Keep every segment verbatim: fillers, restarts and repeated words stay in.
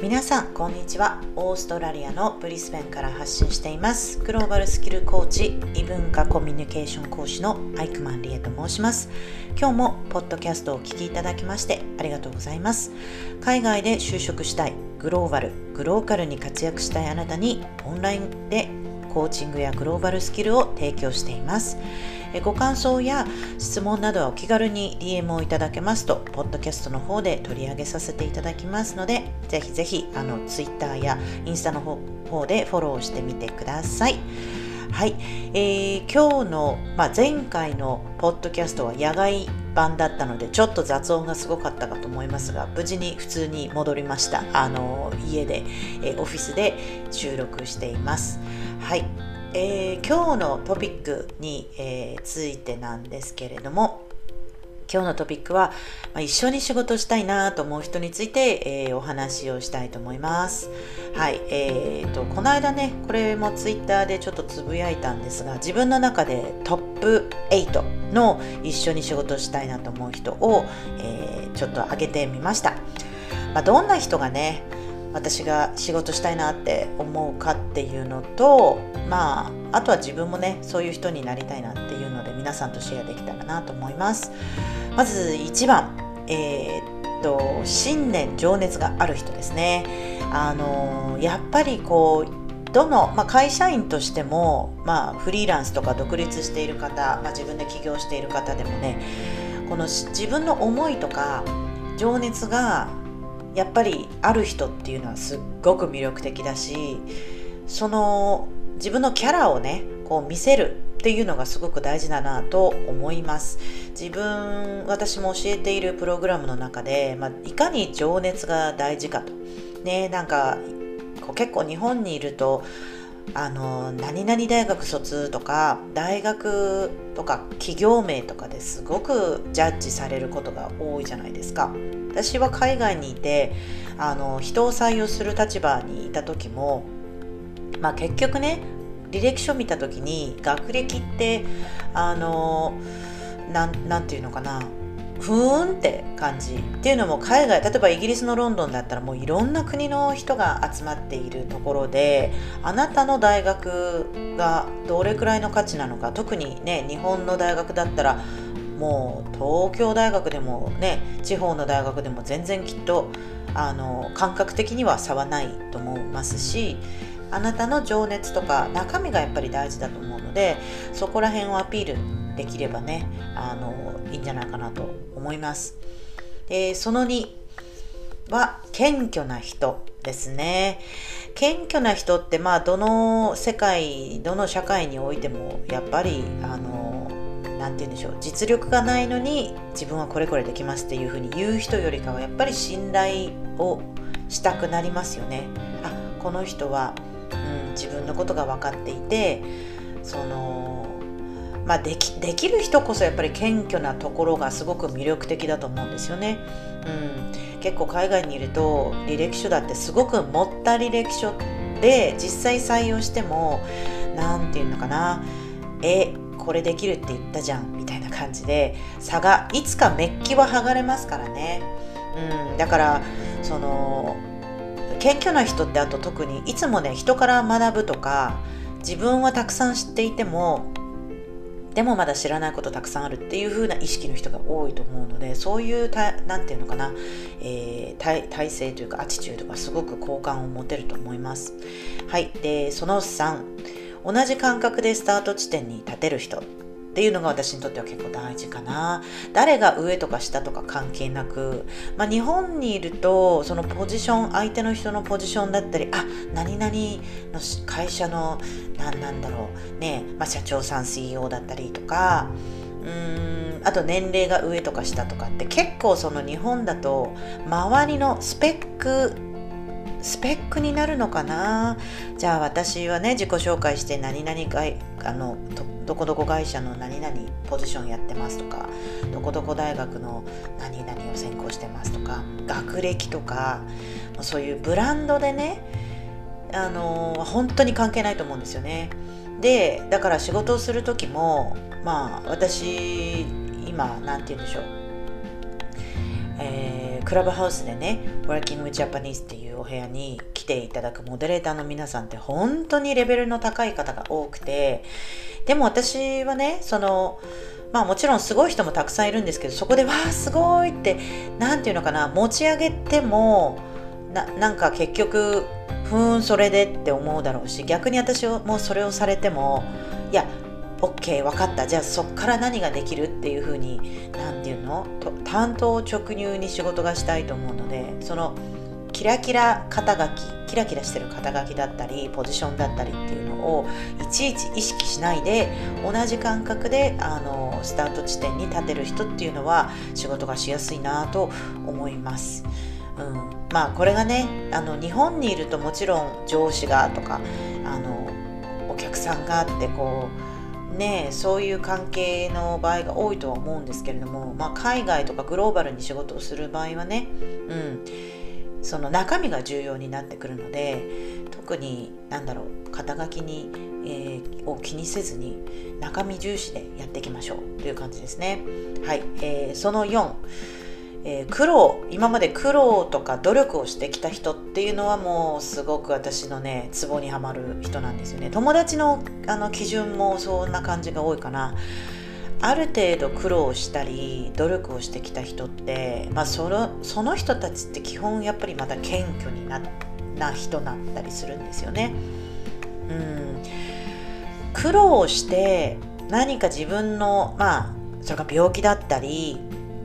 皆さんこんにちは。オーストラリアのブリスベンから発信していますグローバルスキルコーチ、異文化コミュニケーション講師のアイクマンリエと申します。今日もポッドキャストをお聞きいただきましてありがとうございます。海外で就職したい、グローバルグローカルに活躍したいあなたにオンラインでコーチングやグローバルスキルを提供しています。ご感想や質問などはお気軽に ディーエム をいただけますと、ポッドキャストの方で取り上げさせていただきますので、ぜひぜひあの Twitter やインスタの方、方でフォローしてみてください。はい、えー、今日の、まあ、前回のポッドキャストは野外版だったのでちょっと雑音がすごかったかと思いますが、無事に普通に戻りました。あの家で、えー、オフィスで収録しています。はい、えー、今日のトピックに、えー、ついてなんですけれども、今日のトピックは、まあ、一緒に仕事したいなと思う人について、えー、お話をしたいと思います。はい、えーと、この間ね、これもツイッターでちょっとつぶやいたんですが、自分の中でトップエイトの一緒に仕事したいなと思う人を、えー、ちょっと挙げてみました。まあ、どんな人がね、私が仕事したいなって思うかっていうのと、まあ、あとは自分もねそういう人になりたいなっていうので皆さんとシェアできたらなと思います。まずいちばん、えー、っと信念情熱がある人ですね。あのやっぱりこうどの、まあ、会社員としても、まあ、フリーランスとか独立している方、まあ、自分で起業している方でもね、この自分の思いとか情熱がやっぱりある人っていうのはすっごく魅力的だし、その自分のキャラをねこう見せるっていうのがすごく大事だなと思います。自分私も教えているプログラムの中で、まあ、いかに情熱が大事かとね、なんかこう結構日本にいるとあの何々大学卒とか大学とか企業名とかですごくジャッジされることが多いじゃないですか。私は海外にいてあの人を採用する立場にいた時も、まあ、結局ね履歴書見た時に学歴ってあのなん、なんていうのかな、ふーんって感じっていうのも、海外例えばイギリスのロンドンだったらもういろんな国の人が集まっているところで、あなたの大学がどれくらいの価値なのか、特にね日本の大学だったらもう東京大学でもね地方の大学でも全然きっとあの感覚的には差はないと思いますし、あなたの情熱とか中身がやっぱり大事だと思うので、そこら辺をアピールできればねあのいいんじゃないかなと思います。でそのには謙虚な人ですね。謙虚な人ってまあどの世界どの社会においてもやっぱりあのなんて言うんでしょう、実力がないのに自分はこれこれできますっていうふうに言う人よりかはやっぱり信頼をしたくなりますよね。あ、この人は、うん、自分のことが分かっていて、そのまあ、でき、できる人こそやっぱり謙虚なところがすごく魅力的だと思うんですよね。うん、結構海外にいると履歴書だってすごく持った履歴書で実際採用してもなんていうのかな、えこれできるって言ったじゃんみたいな感じで差がいつかメッキは剥がれますからね。うん、だからその謙虚な人って、あと特にいつもね人から学ぶとか、自分はたくさん知っていてもでもまだ知らないことたくさんあるっていう風な意識の人が多いと思うので、そういうたなんていうのかな、えー、体, 体制というかアティチュードがすごく好感を持てると思います。はい、でそのさん、同じ感覚でスタート地点に立てる人っていうのが私にとっては結構大事かな。誰が上とか下とか関係なく、まあ、日本にいるとそのポジション、相手の人のポジションだったり、あ、何々の会社の何なんだろうね、まあ、社長さん シーイーオー だったりとか、うーんあと年齢が上とか下とかって結構その日本だと周りのスペックスペックになるのかな。じゃあ私はね自己紹介して何々会あのどこどこ会社の何々ポジションやってますとか、どこどこ大学の何々を専攻してますとか、学歴とかそういうブランドでねあの本当に関係ないと思うんですよね。でだから仕事をする時もまあ私今なんて言うんでしょう、 えー、クラブハウスでね Working with Japanese っていうお部屋に来ていただくモデレーターの皆さんって本当にレベルの高い方が多くて、でも私はねそのまあもちろんすごい人もたくさんいるんですけど、そこでわーすごいってなんていうのかな、持ち上げても な, なんか結局ふーんそれでって思うだろうし、逆に私もそれをされてもいやOK 分かった、じゃあそっから何ができるっていう風になんていうのと担当直入に仕事がしたいと思うので、そのキラキラ肩書きキラキラしてる肩書きだったりポジションだったりっていうのをいちいち意識しないで同じ感覚であのスタート地点に立てる人っていうのは仕事がしやすいなと思います。うん、まあこれがねあの日本にいるともちろん上司がとかあのお客さんがってこうねそういう関係の場合が多いとは思うんですけれども、まあ、海外とかグローバルに仕事をする場合はね、うん、その中身が重要になってくるので、特に何だろう肩書きに、えー、を気にせずに中身重視でやっていきましょうという感じですね。はい、えー、そのよん、えー、苦労今まで苦労とか努力をしてきた人っていうのはもうすごく私のねツボにはまる人なんですよね。友達の、あの基準もそんな感じが多いかな。ある程度苦労したり努力をしてきた人って、まあ、その、その人たちって基本やっぱりまた謙虚に な, な人だったりするんですよね。うん、苦労して何か自分のまあそれが病気だったり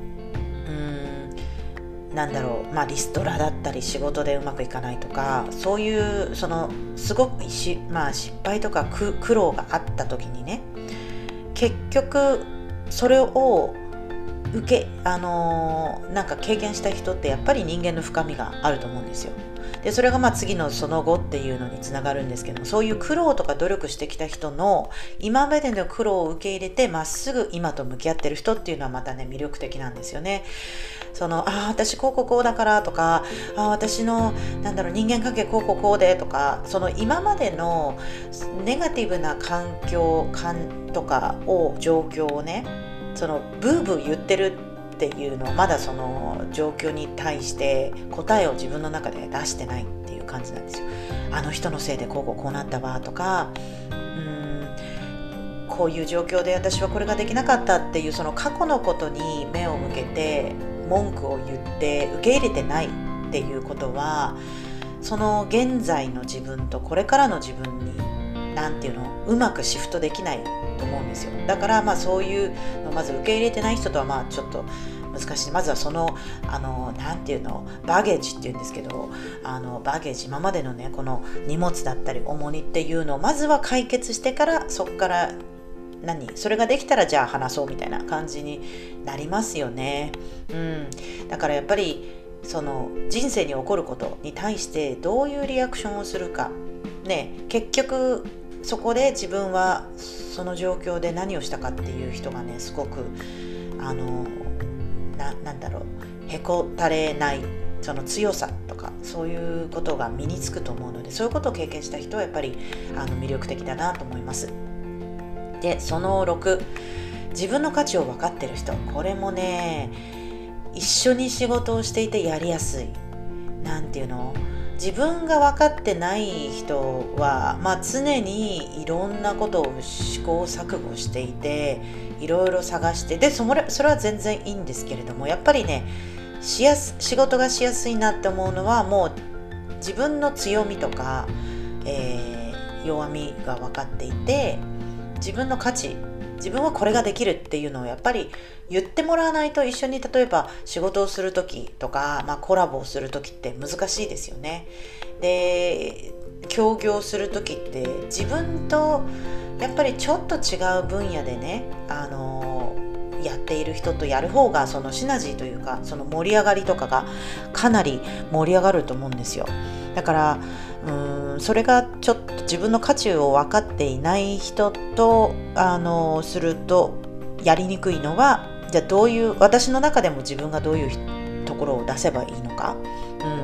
なんだろう、まあ、リストラだったり仕事でうまくいかないとか、そういうそのすごくし、まあ、失敗とか苦労があった時にね、結局それを受け、あのー、なんか経験した人ってやっぱり人間の深みがあると思うんですよ。でそれがまあ次のその後っていうのにつながるんですけども、そういう苦労とか努力してきた人の今までの苦労を受け入れてまっすぐ今と向き合ってる人っていうのはまたね魅力的なんですよね。そのあ私こうこうこうだからとか、あ私のなんだろう人間関係こうこうこうでとか、その今までのネガティブな環境感とかを状況をね、そのブーブー言ってるっていうのをまだその状況に対して答えを自分の中で出してないっていう感じなんですよ。あの人のせいでこうこうこうなったわとか、うーんこういう状況で私はこれができなかったっていうその過去のことに目を向けて文句を言って受け入れてないっていうことは、その現在の自分とこれからの自分になんていうのうまくシフトできないと思うんですよ。だからまあそういうのをまず受け入れてない人とはまあちょっと難しい。まずはそのあのなんていうのバゲージっていうんですけど、あのバゲージ今までのねこの荷物だったり重荷っていうのをまずは解決してから、そこから何それができたらじゃあ話そうみたいな感じになりますよね。うん、だからやっぱりその人生に起こることに対してどういうリアクションをするかね、結局そこで自分はその状況で何をしたかっていう人がねすごくあの な, なんだろうへこたれないその強さとかそういうことが身につくと思うので、そういうことを経験した人はやっぱりあの魅力的だなと思います。でそのろく、自分の価値を分かってる人、これもね一緒に仕事をしていてやりやすい。なんていうの自分が分かってない人は、まあ、常にいろんなことを試行錯誤していていろいろ探してで そ, れそれは全然いいんですけれども、やっぱりねしやす仕事がしやすいなって思うのはもう自分の強みとか、えー、弱みが分かっていて、自分の価値自分はこれができるっていうのをやっぱり言ってもらわないと、一緒に例えば仕事をするときとか、まあ、コラボをするときって難しいですよね。で協業するときって自分とやっぱりちょっと違う分野でね、あのー、やっている人とやる方がそのシナジーというかその盛り上がりとかがかなり盛り上がると思うんですよ。だからうーんそれがちょっと自分の価値を分かっていない人とあのするとやりにくいのは、じゃあどういう私の中でも自分がどういうところを出せばいいのか、うん、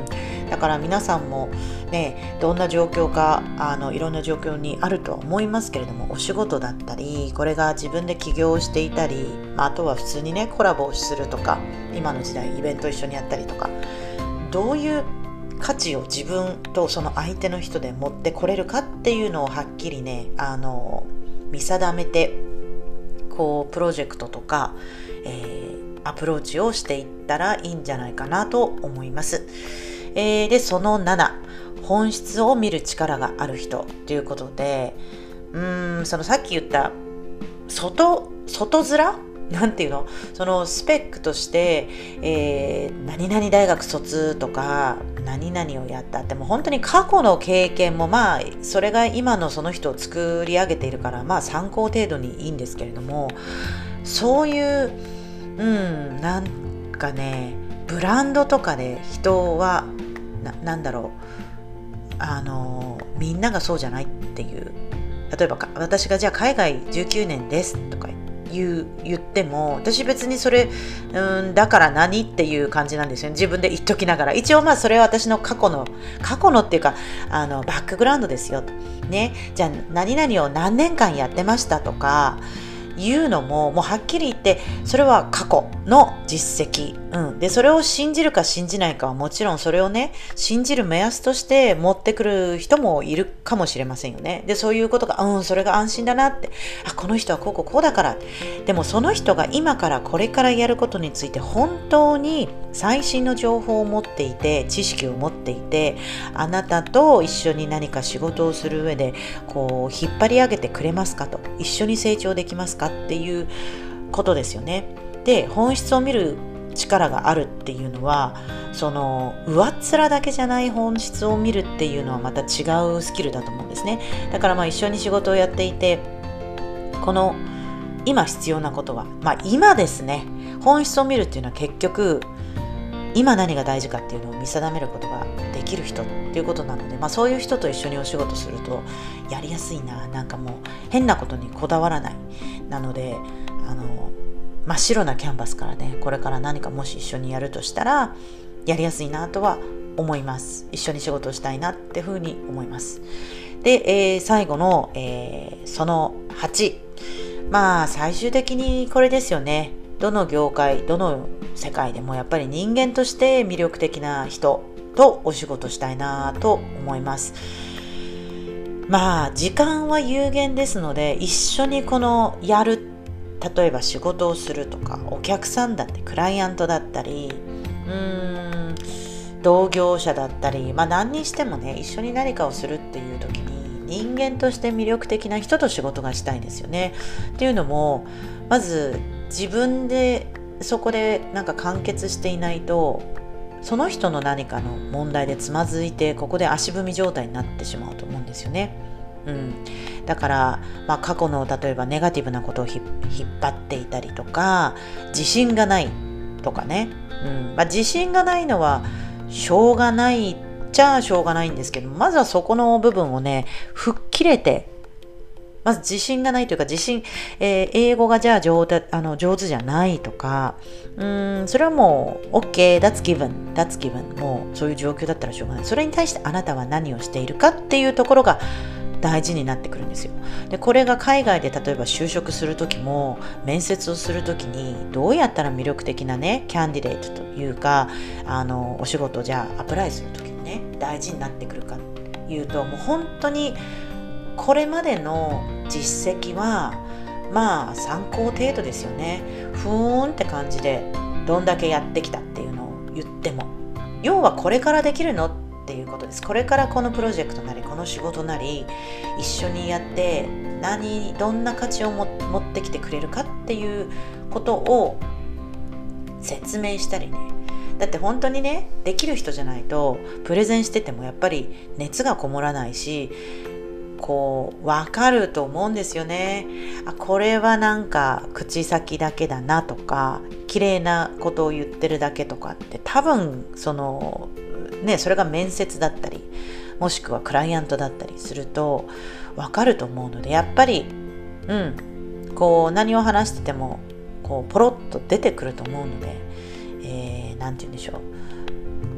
だから皆さんもね、どんな状況かあのいろんな状況にあるとは思いますけれども、お仕事だったり、これが自分で起業をしていたり、まあ、あとは普通にねコラボをするとか、今の時代イベント一緒にやったりとか、どういう価値を自分とその相手の人で持ってこれるかっていうのをはっきりねあの見定めて、こうプロジェクトとか、えー、アプローチをしていったらいいんじゃないかなと思います。えー、でそのなな、本質を見る力がある人ということで、うーんそのさっき言った外外面なんていうの、そのスペックとして、えー、何々大学卒とか何々をやったって、もう本当に過去の経験もまあそれが今のその人を作り上げているから、まあ参考程度にいいんですけれども、そういううんなんかねブランドとかで人は な, なんだろうあのみんながそうじゃないっていう、例えば私がじゃあ海外じゅうきゅうねんですとか言う言っても、私別にそれうんだから何っていう感じなんですよね、自分で言っときながら。一応まあそれは私の過去の過去のっていうかあのバックグラウンドですよとね。じゃあ何々を何年間やってましたとかいうのも、もうはっきり言ってそれは過去の実績、うん、でそれを信じるか信じないかはもちろん、それをね信じる目安として持ってくる人もいるかもしれませんよね。でそういうことがうんそれが安心だなって、あこの人はこうこうこうだから。でもその人が今からこれからやることについて本当に最新の情報を持っていて、知識を持っていて、あなたと一緒に何か仕事をする上でこう引っ張り上げてくれますかと、一緒に成長できますかっていうことですよね。で本質を見る力があるっていうのは、その上っ面だけじゃない本質を見るっていうのはまた違うスキルだと思うんですね。だからまあ一緒に仕事をやっていて、この今必要なことは、まあ今ですね、本質を見るっていうのは結局今何が大事かっていうのを見定めることができる人っていうことなので、まあそういう人と一緒にお仕事するとやりやすいな、なんかもう変なことにこだわらない。なのであの真っ白なキャンバスからね、これから何かもし一緒にやるとしたらやりやすいなとは思います。一緒に仕事をしたいなっていうふうに思います。で、えー、最後の、えー、そのはち、まあ最終的にこれですよね。どの業界どの世界でもやっぱり人間として魅力的な人とお仕事したいなと思います。まあ時間は有限ですので、一緒にこのやる、例えば仕事をするとか、お客さんだってクライアントだったり、うーん同業者だったり、まあ何にしてもね、一緒に何かをするっていう時に人間として魅力的な人と仕事がしたいんですよね。っていうのも、まず自分でそこでなんか完結していないと、その人の何かの問題でつまずいて、ここで足踏み状態になってしまうと思うんですよね。うん、だから、まあ、過去の例えばネガティブなことをひ引っ張っていたりとか、自信がないとかね、うんまあ、自信がないのはしょうがないっちゃしょうがないんですけど、まずはそこの部分をね吹っ切れて、まず自信がないというか、自信、えー、英語がじゃあ 上, 手あの上手じゃないとか、うーんそれはもう OK, that's given, that's given、 もうそういう状況だったらしょうがない。それに対してあなたは何をしているかっていうところが大事になってくるんですよ。でこれが海外で例えば就職する時も、面接をする時にどうやったら魅力的なねキャンディデートというか、あのお仕事をじゃあアプライする時にね大事になってくるかというと、もう本当にこれまでの実績はまあ参考程度ですよね。ふーんって感じでどんだけやってきたっていうのを言っても、要はこれからできるのっていうことです。これからこのプロジェクトなりこの仕事なり一緒にやって何どんな価値をも持ってきてくれるかっていうことを説明したりね。だって本当にねできる人じゃないとプレゼンしててもやっぱり熱がこもらないし、こう分かると思うんですよね。あこれはなんか口先だけだなとか、綺麗なことを言ってるだけとかって多分そのねそれが面接だったり、もしくはクライアントだったりすると分かると思うので、やっぱりうんこう何を話しててもこうポロッと出てくると思うので、えー、なんて言うんでしょう、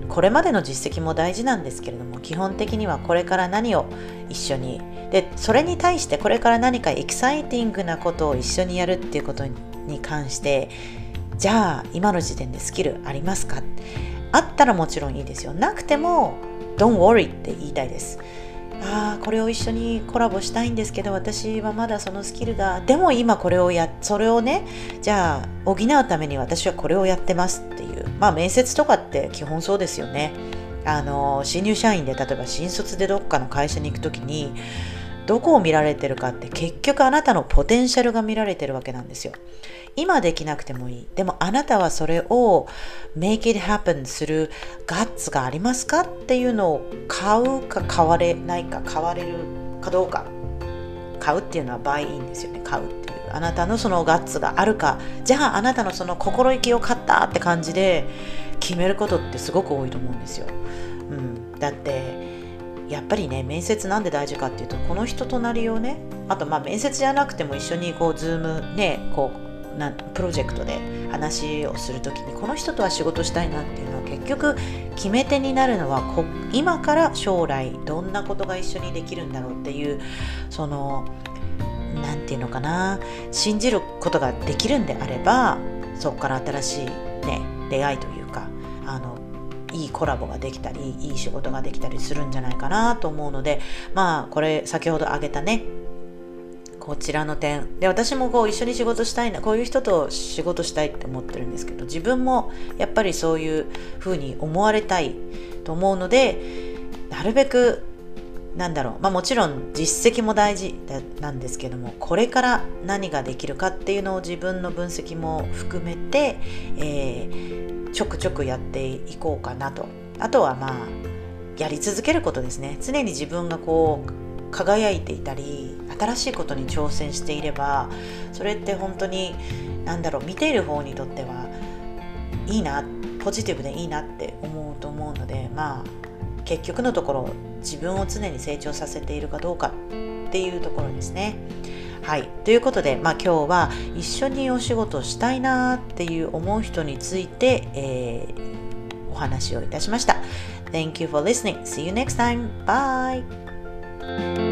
これまでの実績も大事なんですけれども、基本的にはこれから何を一緒にで、それに対してこれから何かエキサイティングなことを一緒にやるっていうことに関して、じゃあ今の時点でスキルありますか？あったらもちろんいいですよ。なくても Don't worry って言いたいです。ああ、これを一緒にコラボしたいんですけど、私はまだそのスキルが、でも今これをやそれをね、じゃあ補うために私はこれをやってますっていう、まあ面接とかって基本そうですよね。あの新入社員で、例えば新卒でどっかの会社に行くときにどこを見られてるかって、結局あなたのポテンシャルが見られてるわけなんですよ。今できなくてもいい。でもあなたはそれを make it happen するガッツがありますかっていうのを買うか買われないか、買われるかどうか。買うっていうのはバイインですよね。買うっていう。あなたのそのガッツがあるか。じゃああなたのその心意気を買ったって感じで決めることってすごく多いと思うんですよ。うん、だってやっぱりね、面接なんで大事かっていうと、この人となりをね、あとまあ面接じゃなくても一緒にこうズームね、こうなプロジェクトで話をするときに、この人とは仕事したいなっていうのは結局決め手になるのは、こ今から将来どんなことが一緒にできるんだろうっていう、そのなんていうのかな、信じることができるんであれば、そこから新しいね出会いというか、あのいいコラボができたり、いい仕事ができたりするんじゃないかなと思うので、まあこれ先ほど挙げたね、こちらの点で、私もこう一緒に仕事したいな、こういう人と仕事したいって思ってるんですけど、自分もやっぱりそういう風に思われたいと思うので、なるべくなんだろう、まあもちろん実績も大事なんですけども、これから何ができるかっていうのを自分の分析も含めて、えー、ちょくちょくやっていこうかなと。あとはまあやり続けることですね。常に自分がこう輝いていたり、新しいことに挑戦していれば、それって本当に何だろう、見ている方にとってはいいな、ポジティブでいいなって思うと思うので、まあ結局のところ自分を常に成長させているかどうかっていうところですね。はい、ということで、まあ、今日は一緒にお仕事したいなっていう思う人について、えー、お話をいたしました。Thank you for listening. See you next time. Bye.